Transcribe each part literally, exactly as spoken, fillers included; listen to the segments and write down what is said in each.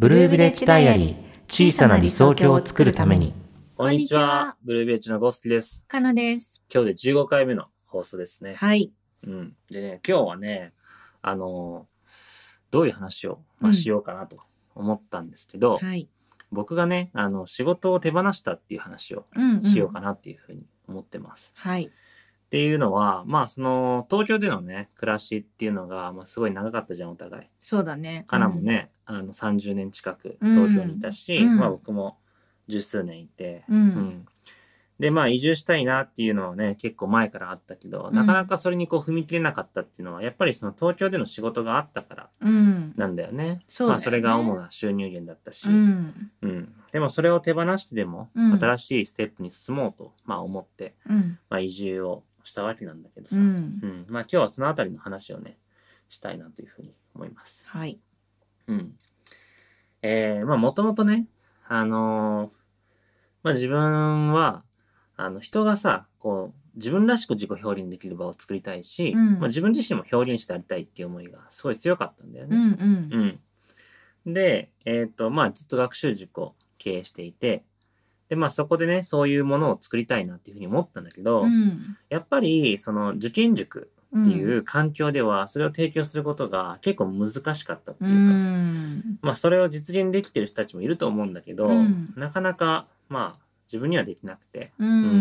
ブルービレッジダイアリー、小さな理想郷を作るために。 こんにちは、ブルービレッジのゴスキです。 かなです。 今日でじゅうごかいめの放送ですね。 はい。 うん。でね、今日はね、あのどういう話を、まあ、しようかなと思ったんですけど、 うん、はい。 僕がね、あの仕事を手放したっていう話をしようかなっていうふうに思ってます。 うんうん、はい。 っていうのは、まあその東京でのね暮らしっていうのが、まあ、すごい長かったじゃんお互い。 そうだね。 かなもね、うん、あのさんじゅうねん近く東京にいたし、うん、まあ僕も十数年いて、 うんうん、 でまあ移住したいなっていうのはね結構前からあったけど、うん、なかなかそれにこう踏み切れなかったっていうのはやっぱりその東京での仕事があったからなんだよね。うん、そうだよね。まあそれが主な収入源だったし、うんうん、でもそれを手放してでも新しいステップに進もうと、まあ、思って、うんまあ、移住をしたわけなんだけどさ、うんうんまあ、今日はそのあたりの話をねしたいなというふうに思います。 はい。 うんえー、まあもともとねあのー、まあ自分はあの人がさこう自分らしく自己表現できる場を作りたいし、うんまあ、自分自身も表現してありたいっていう思いがすごい強かったんだよね。うんうんうん、で、えっとまあずっと学習塾を経営していて、でまあそこでねそういうものを作りたいなっていうふうに思ったんだけど、うん、やっぱりその受験塾っていう環境ではそれを提供することが結構難しかったっていうか、うん、まあそれを実現できてる人たちもいると思うんだけど、うん、なかなかまあ自分にはできなくて、 うんうん、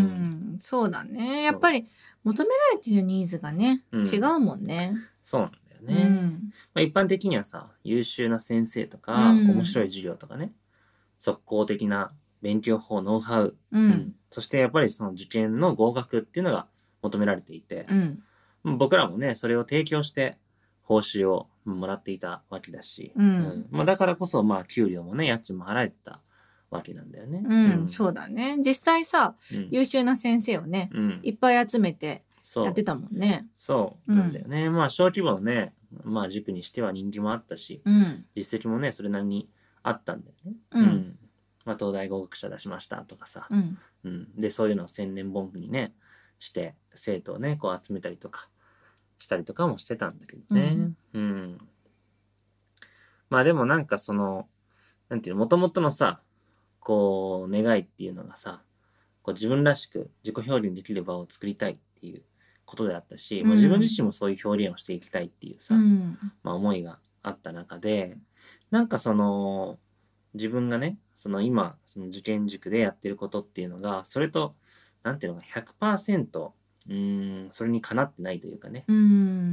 そうだね。やっぱり求められてるニーズがね、うん、違うもんね。 そうなんだよね。うんまあ、一般的にはさ優秀な先生とか、うん、面白い授業とかね即効的な勉強法ノウハウ、うんうん、そしてやっぱりその受験の合格っていうのが求められていて、うん、僕らもねそれを提供して報酬をもらっていたわけだし、うんうんまあ、だからこそまあ給料もね家賃も払えたわけなんだよね。 うん、うん、そうだね。実際さ、うん、優秀な先生をね、うん、いっぱい集めてやってたもんね。 そうなんだよね。うん、まあ小規模のね、まあ塾にしては人気もあったし、うん、実績もねそれなりにあったんだよね。うん、うんまあ、東大合格者出しましたとかさ、うんうん、でそういうのを千年本部にねして生徒をねこう集めたりとかしたりとかもしてたんだけどね。うんうん、まあでもなんかそのなんていうの元々のさこう願いっていうのがさこう自分らしく自己表現できる場を作りたいっていうことであったし、うん、自分自身もそういう表現をしていきたいっていうさ、うんまあ、思いがあった中でなんかその自分がねその今その受験塾でやってることっていうのがそれとなんていうのか ひゃくパーセント うーんそれにかなってないというかね、うん、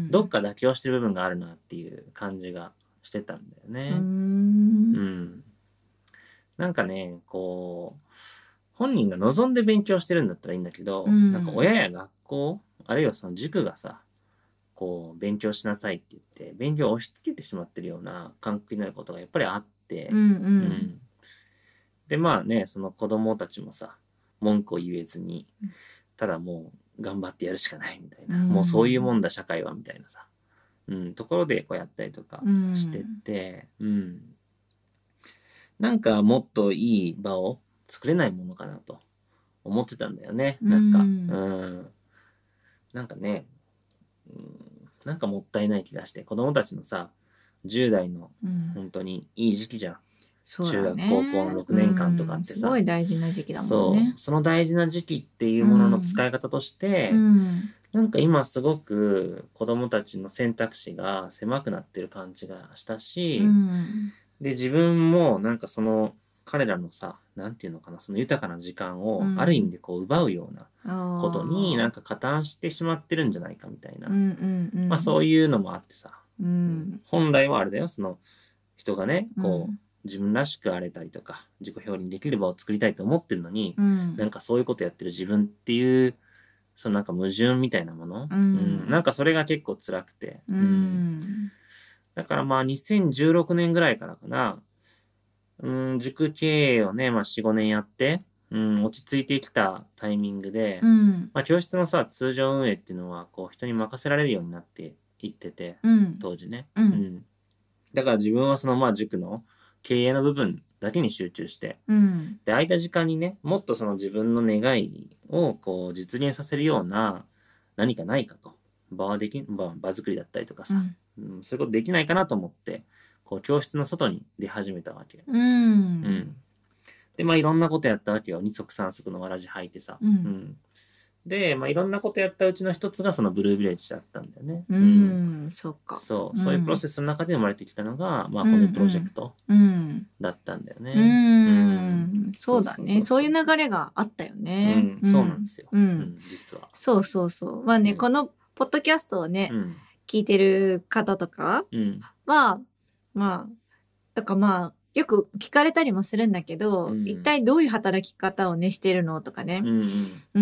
どっか妥協してる部分があるなっていう感じがしてたんだよね。うん、うん、なんかねこう本人が望んで勉強してるんだったらいいんだけど、うん、なんか親や学校あるいはその塾がさこう勉強しなさいって言って勉強を押し付けてしまってるような感覚になることがやっぱりあって、うんうんうん、でまあねその子供たちもさ文句を言えずにただもう頑張ってやるしかないみたいな、うん、もうそういうもんだ社会はみたいなさ、うん、ところでこうやったりとかしてって、うんうん、なんかもっといい場を作れないものかなと思ってたんだよね。なんか、うん、なんかね、うん、なんかもったいない気がして子供たちのさじゅう代の本当にいい時期じゃん、うん、中学高校のろくねんかんとかってさ、うん、 すごい大事な時期だもんね。 そうその大事な時期っていうものの使い方として、うん、なんか今すごく子供たちの選択肢が狭くなってる感じがしたし、うん、で自分もなんかその彼らのさなんていうのかなその豊かな時間をある意味でこう奪うようなことになんか加担してしまってるんじゃないかみたいな、うんうんうん、まあそういうのもあってさ、うん、本来はあれだよその人がねこう、うん、自分らしくあれたりとか自己表現できる場を作りたいと思ってるのに、うん、なんかそういうことやってる自分っていうそのなんか矛盾みたいなもの、うんうん、なんかそれが結構辛くて、うんうん、だからまあにせんじゅうろくねんぐらいからかなうん、塾経営をね、まあ、よん、ごねんやって、うん、落ち着いてきたタイミングで、うんまあ、教室のさ、通常運営っていうのは、こう、人に任せられるようになっていってて、うん、当時ね、うんうん。だから自分はその、まあ、塾の経営の部分だけに集中して、うん、で、空いた時間にね、もっとその自分の願いを、こう、実現させるような何かないかと。場はでき、場、場作りだったりとかさ、うんうん、そういうことできないかなと思って、 こう教室の外に出始めたわけ。 うん。うん。で、まあいろんなことやったわけよ。二足三足のわらじ履いてさ。 うん。うん、 で、まあいろんなことやったうちの一つがそのブルービレッジだったんだよね。 うん。うん、そっか。 そう、そういうプロセスの中で生まれてきたのが、まあこのプロジェクトだったんだよね。 うん。うん、そうだね。そういう流れがあったよね。 うん、そうなんですよ。 うん、 実は。 そうそうそう。まあね、このポッドキャストをね、聞いてる方とかは、まあ、とかまあ、よく聞かれたりもするんだけど、うん、一体どういう働き方をねしてるのとかね、うんうん、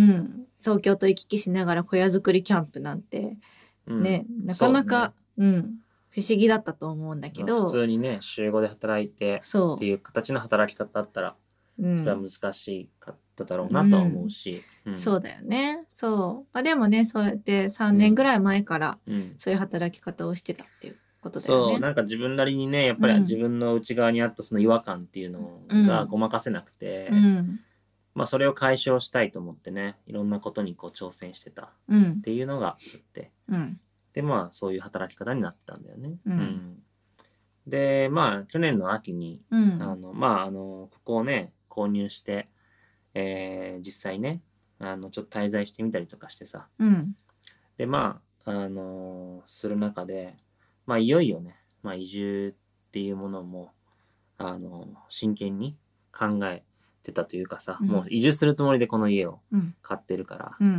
東京と行き来しながら小屋作りキャンプなんて、うん、ね、なかなか、う、ね、うん、不思議だったと思うんだけど、 普通にね週ごで働いてっていう形の働き方だったらそれは難しかっただろうなとは思うし、 うんうん、そうだよね。そう、まあ、でもねそうやってさんねんぐらい前からそういう働き方をしてたっていうことだよね。 そう、なんか自分なりにね、やっぱり自分の内側にあったその違和感っていうのがごまかせなくて、うん、まあそれを解消したいと思ってね、いろんなことにこう挑戦してたっていうのがあって、うん、でまあそういう働き方になったんだよね。うんうん、でまあ去年の秋に、うん、あのまああのここをね購入して、えー、実際ねあのちょっと滞在してみたりとかしてさ、うん、でまああのする中でまあいよいよね、まあ、移住っていうものもあの真剣に考えてたというかさ、うん、もう移住するつもりでこの家を買ってるから、うんうん、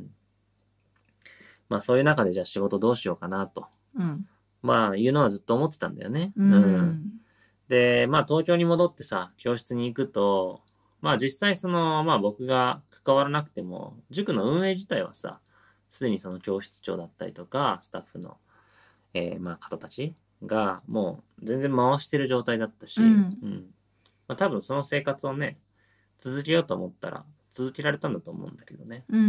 まあそういう中でじゃあ仕事どうしようかなと、うん、まあいうのはずっと思ってたんだよね。うんうん、でまあ東京に戻ってさ教室に行くとまあ実際そのまあ僕が関わらなくても塾の運営自体はさすでにその教室長だったりとかスタッフのえー、まあ方たちがもう全然回してる状態だったし、うんうんまあ、多分その生活をね続けようと思ったら続けられたんだと思うんだけどね、うんうん、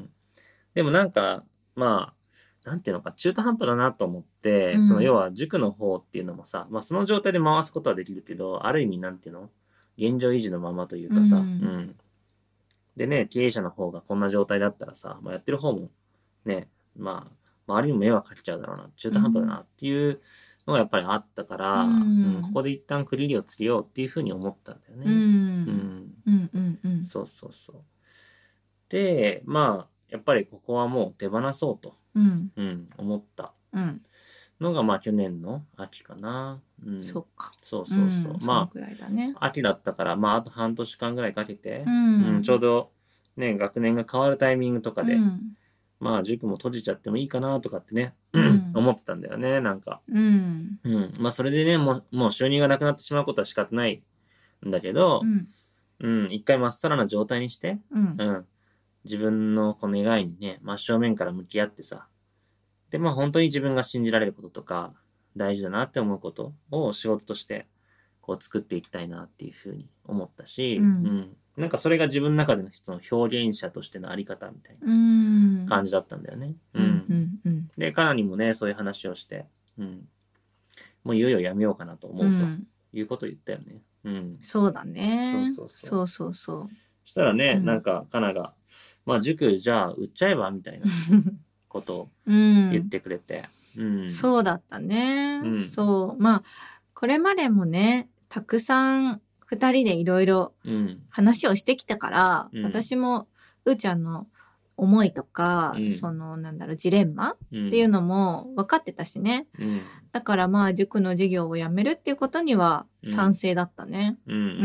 でもなんかまあなんていうのか中途半端だなと思って、うん、その要は塾の方っていうのもさ、まあ、その状態で回すことはできるけどある意味なんていうの現状維持のままというかさ、うんうん、でね経営者の方がこんな状態だったらさ、まあ、やってる方もねまあ周りにも迷惑かけちゃうだろうな中途半端だなっていうのがやっぱりあったから、うんうん、ここで一旦区切りをつけようっていうふうに思ったんだよね。うんうんうんうん、そうそうそう。でまあやっぱりここはもう手放そうと、うんうん、思ったのがまあ去年の秋かな。うん、そっか。そうそうそう。うん、まあ、ね、秋だったからまああと半年間ぐらいかけて、うんうん、ちょうどね学年が変わるタイミングとかで。うんまあ塾も閉じちゃってもいいかなとかってね、うん、思ってたんだよねなんか、うんうん、まあそれでねもうもう収入がなくなってしまうことは仕方ないんだけど、うんうん、一回まっさらな状態にして、うんうん、自分のこの願いにね真正面から向き合ってさでまあ本当に自分が信じられることとか大事だなって思うことを仕事としてこう作っていきたいなっていうふうに思ったし、うんうんなんかそれが自分の中でのその表現者としてのあり方みたいな感じだったんだよね。うんうんうん、で、カナにもね、そういう話をして、うん、もういよいよやめようかなと思うということを言ったよね。うん、 そうだね。そうそうそう。そうそうそう。 したらね、うん、なんかカナが、まあ塾じゃあ売っちゃえばみたいなことを言ってくれて。 うんうん、そうだったね。うん、そう。まあ、これまでもね、たくさん、二人でいろいろ話をしてきたから、うん、私もうーちゃんの思いとか、うん、そのなんだろうジレンマ、うん、っていうのも分かってたしね、うん、だからまあ塾の授業をやめるっていうことには賛成だったね。うん、うん、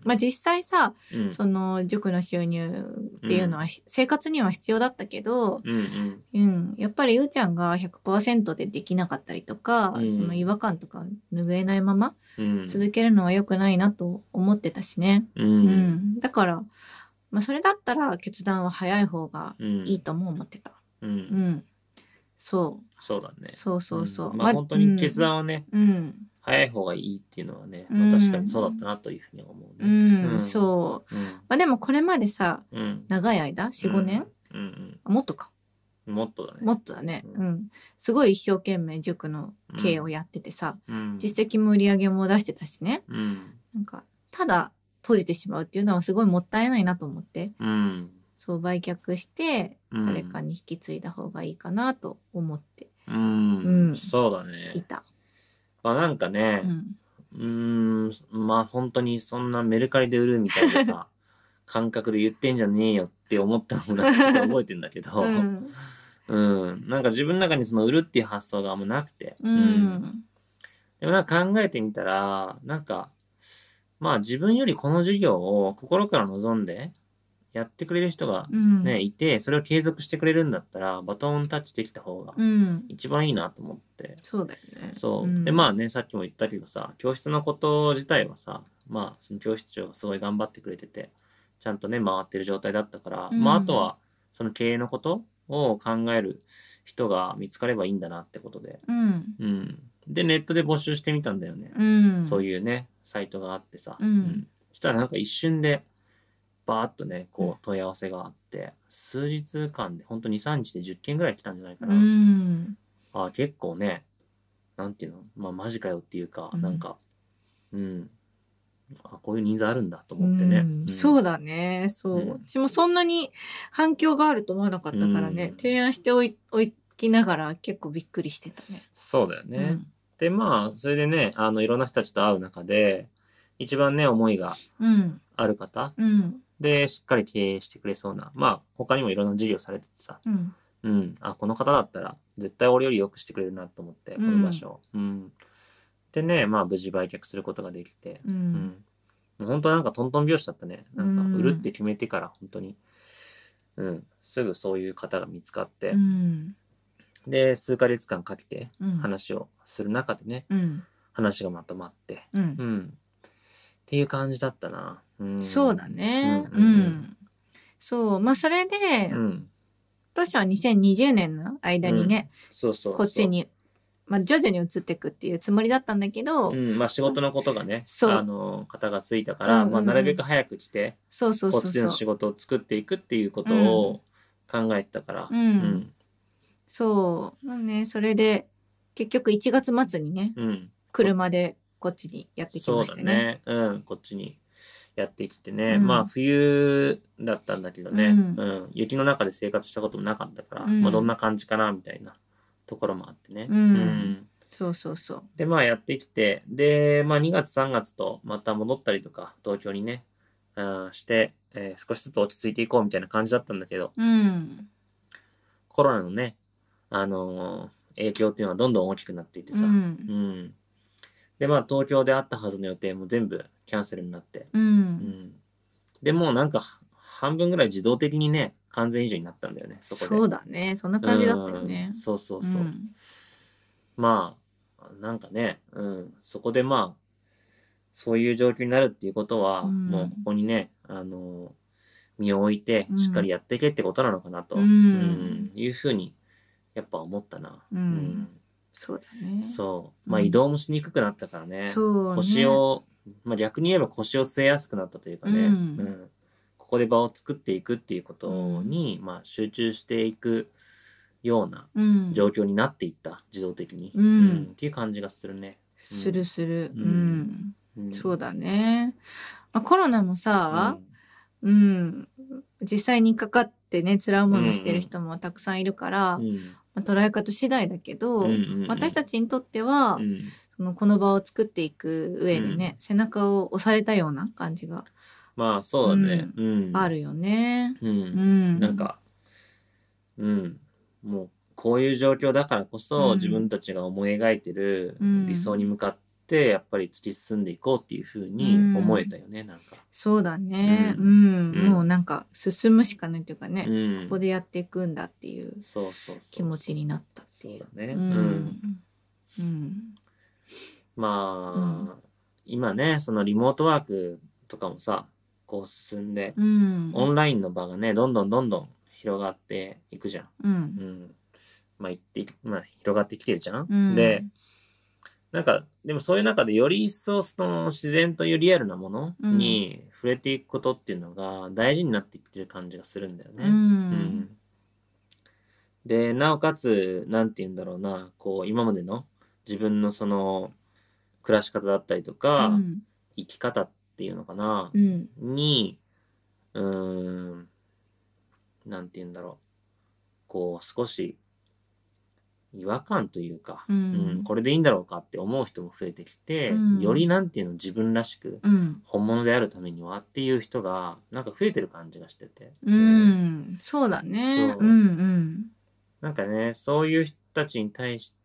まあ実際さ、うん、その塾の収入っていうのは、うん、生活には必要だったけど、うんうん、やっぱりうーちゃんが ひゃくパーセント でできなかったりとか、うん、その違和感とか拭えないまま続けるのは良くないなと思ってたしね。うんうん、だからまあ、それだったら決断は早い方がいいとも思ってた。うん。うん、そう。 そうだね。 そうそうそう。 うん、まあ本当に決断はね、うん、早い方がいいっていうのはね、まあ、確かにそうだったなというふうに思うね。 うん、うん、そう。うん、まあでもこれまでさ、うん、長い間、よん、ごねん、うんうん、もっとか。 もっとだね。 もっとだね。うん。すごい一生懸命塾の経営をやっててさ、うん、実績も売り上げも出してたしね。うん、なんか、ただ、閉じてしまうっていうのはすごいもったいないなと思って、うん、そう売却して誰かに引き継いだ方がいいかなと思って、 うんうん、そうだねいた。 まあなんかね、うん、うーん、まあ本当にそんなメルカリで売るみたいなさ、感覚で言ってんじゃねえよって思ったのがちょっと覚えてんだけど、うん、うん、なんか自分の中にその売るっていう発想があんまなくて、うん、うん、でもなんか考えてみたら、なんか、まあ自分よりこの授業を心から望んでやってくれる人がね、うん、いて、それを継続してくれるんだったら、バトンタッチできた方が一番いいなと思って。うん、 そうだよね。 そう。うん、で、まあね、さっきも言ったけどさ、教室のこと自体はさ、まあ、その教室長がすごい頑張ってくれてて、ちゃんとね、回ってる状態だったから、うん、まあ、あとは、その経営のことを考える人が見つかればいいんだなってことで。うん。うん、で、ネットで募集してみたんだよね。うん、そういうね、サイトがあってさ。うん。うん、そしたらなんか一瞬で、バーっとね、こう問い合わせがあって、数日間で、ほんとに、さんにちでじゅっけんぐらい来たんじゃないかな。うん、ああ、結構ね、なんていうの、まあマジかよっていうか、うん、なんか、うん、あ、こういうニーズあるんだと思ってね。 うんうん、そうだね、そう、うん。私もそんなに反響があると思わなかったからね、うん、提案しておい、おきながら結構びっくりしてたね。 そうだよね。うん、で、まあ、それでね、あの、いろんな人たちと会う中で、一番ね、思いがある方、うん、で、しっかり経営してくれそうな、まあ、他にもいろんな事業されててさ、うん、うん、あ、この方だったら、絶対俺より良くしてくれるなと思って、この場所を。うん。うん、でね、まあ、無事売却することができて、うん。うん、本当なんかトントン拍子だったね。なんか、売るって決めてから、本当に、うん、すぐそういう方が見つかって、うん、で、数ヶ月間かけて話をする中でね、うん、話がまとまって、うん、うん、っていう感じだったな。 うん、そうだね。うん、うんうん、そう。まあ、それで、うん、私はにせんにじゅうねんの間にね、うん、そうそうそうこっちに、まあ、徐々に移っていくっていうつもりだったんだけど、 うん、まあ仕事のことがね、あの、方がついたから、うんうんうん、まあなるべく早く来て、そうそうそうそうこっちでの仕事を作っていくっていうことを考えてたから、うん。うん、 そう。まあね、それで、結局いちがつ末にね、うん、車でこっちにやってきましたね。 そうだね。うん、こっちにやってきてね。うん、まあ冬だったんだけどね、うん、うん、雪の中で生活したこともなかったから、うん、まあどんな感じかなみたいなところもあってね。うん。うん、 そうそうそう。 で、まあやってきて、で、まあにがつさんがつとまた戻ったりとか、東京にね、うん、して、えー、少しずつ落ち着いていこうみたいな感じだったんだけど、うん、コロナのね、あのー、影響っていうのはどんどん大きくなっていってさ、うん、うん、で、まあ東京であったはずの予定も全部キャンセルになって、うんうん、でもうなんか半分ぐらい自動的にね、完全以上になったんだよね、そこで。 そうだね、そんな感じだったよね。 そうそうそう。うん、まあ、なんかね、うん、そこでまあ、そういう状況になるっていうことは、うん、もうここにね、あの、身を置いて、しっかりやっていけってことなのかなと、うん、うん、いうふうに、やっぱ思ったな。うん。うん、 そうだね。 そう。まあ移動もしにくくなったからね。そうね。腰を、まあ逆に言えば腰を据えやすくなったというかね、うん、うん、ここで場を作っていくっていうことに、うん、まあ集中していくような状況になっていった、自動的に、うんうん、っていう感じがするね。 するする。うん。うん、そうだね。まあ、コロナもさ、うん、うん、実際にかかってね、辛い思いもしてる人もたくさんいるから、うんうん、まあ、捉え方次第だけど、うんうんうん、私たちにとっては、うん、そのこの場を作っていく上でね、うん、背中を押されたような感じが。 まあそうだね。 うん、あるよね。 うん。うん、なんか、うん。もうこういう状況だからこそ、うん、自分たちが思い描いてる理想に向かってやっぱり突き進んでいこうっていうふうに思えたよね、うん、なんか。 そうだね、うん、うん、もうなんか進むしかないというかね、うん、ここでやっていくんだっていう気持ちになったっていう。 そうだね。うん。うん、まあ、今ね、そのリモートワークとかもさ、こう進んで、オンラインの場がね、どんどんどんどん広がっていくじゃん。うん。うん、まあ、言って、まあ、広がってきてるじゃん。うん、で、なんか、でもそういう中でより一層その自然というリアルなものに触れていくことっていうのが大事になってきてる感じがするんだよね。うん。うん、で、なおかつ、なんて言うんだろうな、こう、今までの自分のその、暮らし方だったりとか、うん、生き方っていうのかな、うん、に、うーん、なんて言うんだろう。こう、少し、 違和感というか、 うんうん、これでいいんだろうかって思う人も増えてきて、 うん、 よりなんていうの自分らしく、 うん、 本物であるためにはっていう人がなんか増えてる感じがしてて、 うん、そうだね。 そううんうんなんかねそういう人たちに対して、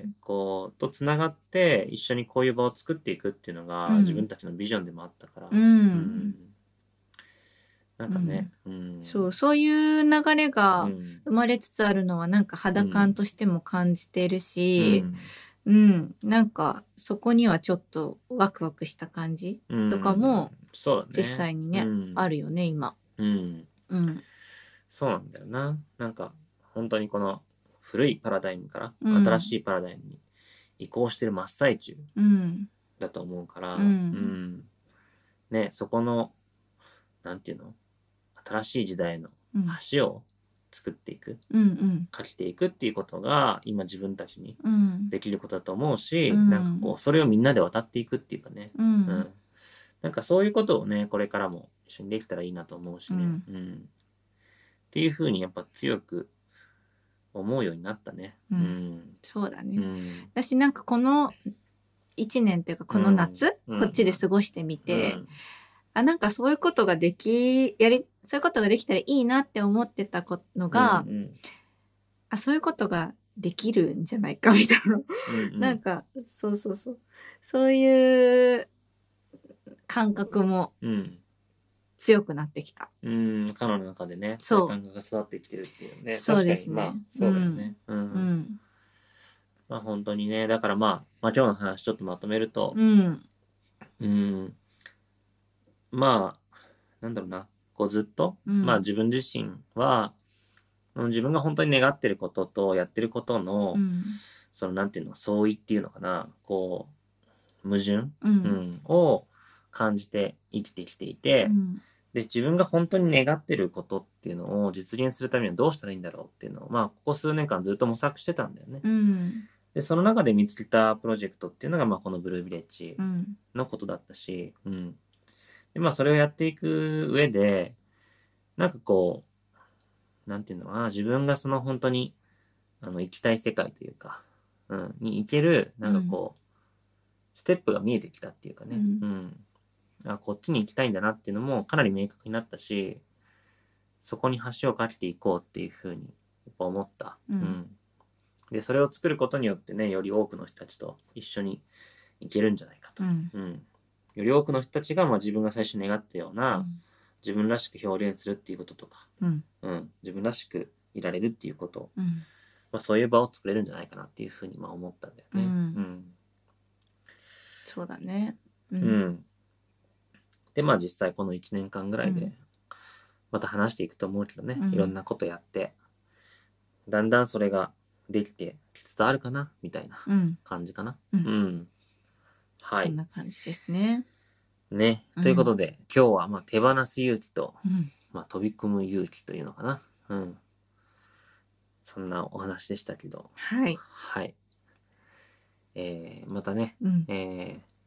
うん、 こうとつながって一緒にこういう場を作っていくっていうのが、 うん自分たちのビジョンでもあったから、 うんうんなんかね、 うんうん、 そうそういう流れうがん生まれつつあるのはなんか肌感としても感じてるうし、 んうん、なんかそこにはちょっとワクワクした感じうんとかもそうだね実際にね、 うんあるよね今。 うんうんそうなんだよな。なんか、本当にこの古いパラダイムからうん新しいパラダイムに移行してる真っ最中うんだと思うから、 うんうんね、そこの、なんていうの新しい時代のうん橋を作っていく、 うんうん書きていくっていうことが今自分たちにうんできることだと思うし、 うんなんかこう、それをみんなで渡っていくっていうかね、 ううんんなんかそういうことをね、これからも一緒にできたらいいなと思うしね。 うんうんっていうふうにやっぱ強く思うようになったね。 うんうん。 そうだね。 うん。 私なんかこのいちねんっていうかこの夏、 うんこっちで過ごしてみて、 うんあなんかそういうことができやりそういうことができたらいいなって思ってたのが、 うんうんあそういうことができるんじゃないかみたいな、 うんうんなんかそうそうそうそういう感覚もうん強くなってきた。 うん彼女の中でね、 そうそういう感覚が育ってきてるっていうね。 そうですね確かにまあそうだよね。うん。 うんまあ本当にね、だからまあ、まあ今日の話ちょっとまとめると、 うんうん、まあ、なんだろうな、こうずっと、 うんまあ自分自身は、うん自分が本当に願ってることとやってることの、 うんそのなんていうの、相違っていうのかな、こう、矛盾、 ううんん、を感じて生きてきていて、 うんで、自分が本当に願ってることっていうのを実現するためにはどうしたらいいんだろうっていうのを、まあ、ここ数年間ずっと模索してたんだよね。 うんで、その中で見つけたプロジェクトっていうのが、まあ、このブルービレッジうんのことだったし、うん。で、まあ、それをやっていく上で、なんかこう、なんていうのかな、自分がその本当に、あの、行きたい世界というか、うん、に行ける、なんかこう、ステップが見えてきたっていうかね、 うんうんあこっちに行きたいんだなっていうのもかなり明確になったし、そこに橋を架けていこうっていうふうにやっぱ思った、 うんでそれを作ることによってね、より多くの人たちと一緒に行けるんじゃないかと、 うんうんより多くの人たちが、まあ、自分が最初に願ったような、 うん自分らしく表現するっていうこととか、 うんうん、自分らしくいられるっていうこと、 うんまあ、そういう場を作れるんじゃないかなっていうふうにまあ思ったんだよね。 うんうんそうだね。ううんでまあ実際このいちねんかんぐらいでうんまた話していくと思うけどね、 うんいろんなことやってだんだんそれができてきつつあるかなみたいなうん感じかな。 うんうんはいそんな感じですね。 ね、 うんということで今日はまあ手放す勇気と、 うんまあ、飛び込む勇気というのかな、うん、そんなお話でしたけど、 はい。 はい、えーまたね、 うんえー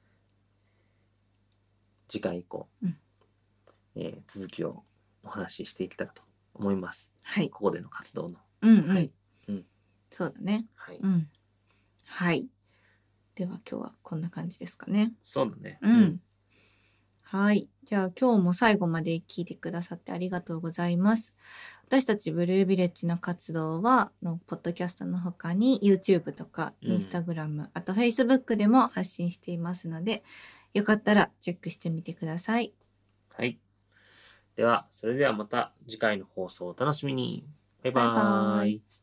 次回以降、 うんえー続きをお話ししていけたらと思います。 はい。 ここでの活動の。 うんうん。 はいうんそうだね。 はい。 うん。はい。では今日はこんな感じですかね。 そうだね。 うん。はい。じゃあ今日も最後まで聞いてくださってありがとうございます。私たちブルービレッジの活動は、のポッドキャストの他に YouTube とかうん Instagram、あと Facebook でも発信していますので、よかったらチェックしてみてください。 はい。では、それではまた次回の放送をお楽しみに。バイババイバーイ。 イ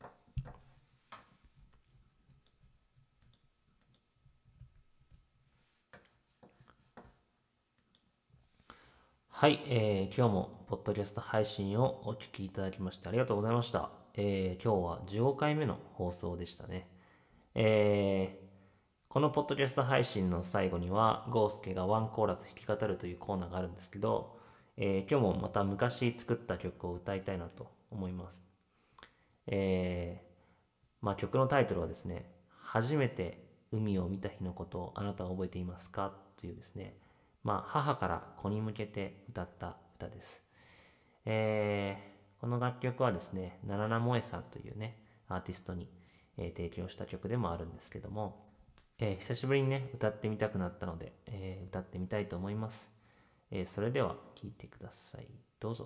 はい、えー今日もポッドキャスト配信をお聞きいただきましてありがとうございました。えー今日はじゅうごかいめの放送でしたね。えーこのポッドキャスト配信の最後には、ゴースケがワンコーラス弾き語るというコーナーがあるんですけど、えー今日もまた昔作った曲を歌いたいなと思います。えーまあ、曲のタイトルはですね、初めて海を見た日のことをあなたは覚えていますかというですね、まあ、母から子に向けて歌った歌です。えーこの楽曲はですね、ナナナモエさんというね、アーティストに、 えー、提供した曲でもあるんですけども、えー、久しぶりにね歌ってみたくなったので、えー、歌ってみたいと思います。えー、それでは聴いてください。どうぞ。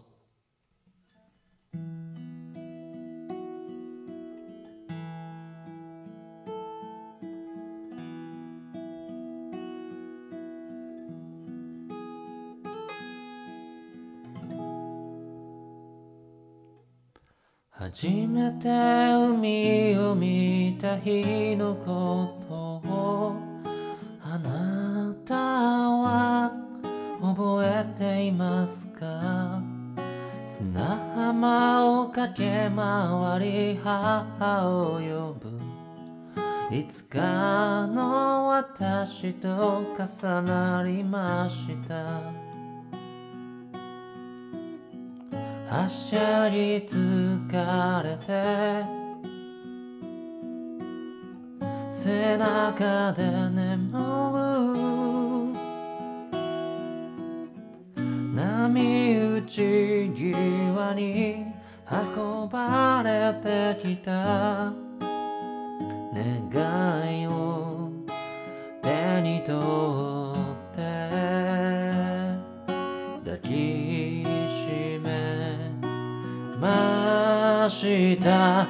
初めて海を見た日のことをあなたは覚えていますか？砂浜を駆け回り母を呼ぶいつかの私と重なりました。はしゃぎ疲れて背中で眠る波打ち際に運ばれてきた願いを手に取って抱きしめました。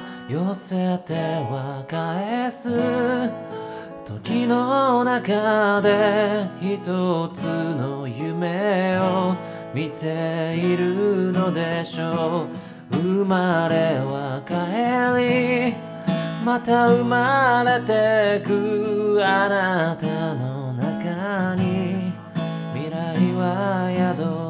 寄せては返す時の中で一つの夢を見ているのでしょう。生まれは帰りまた生まれてくあなたの中に未来は宿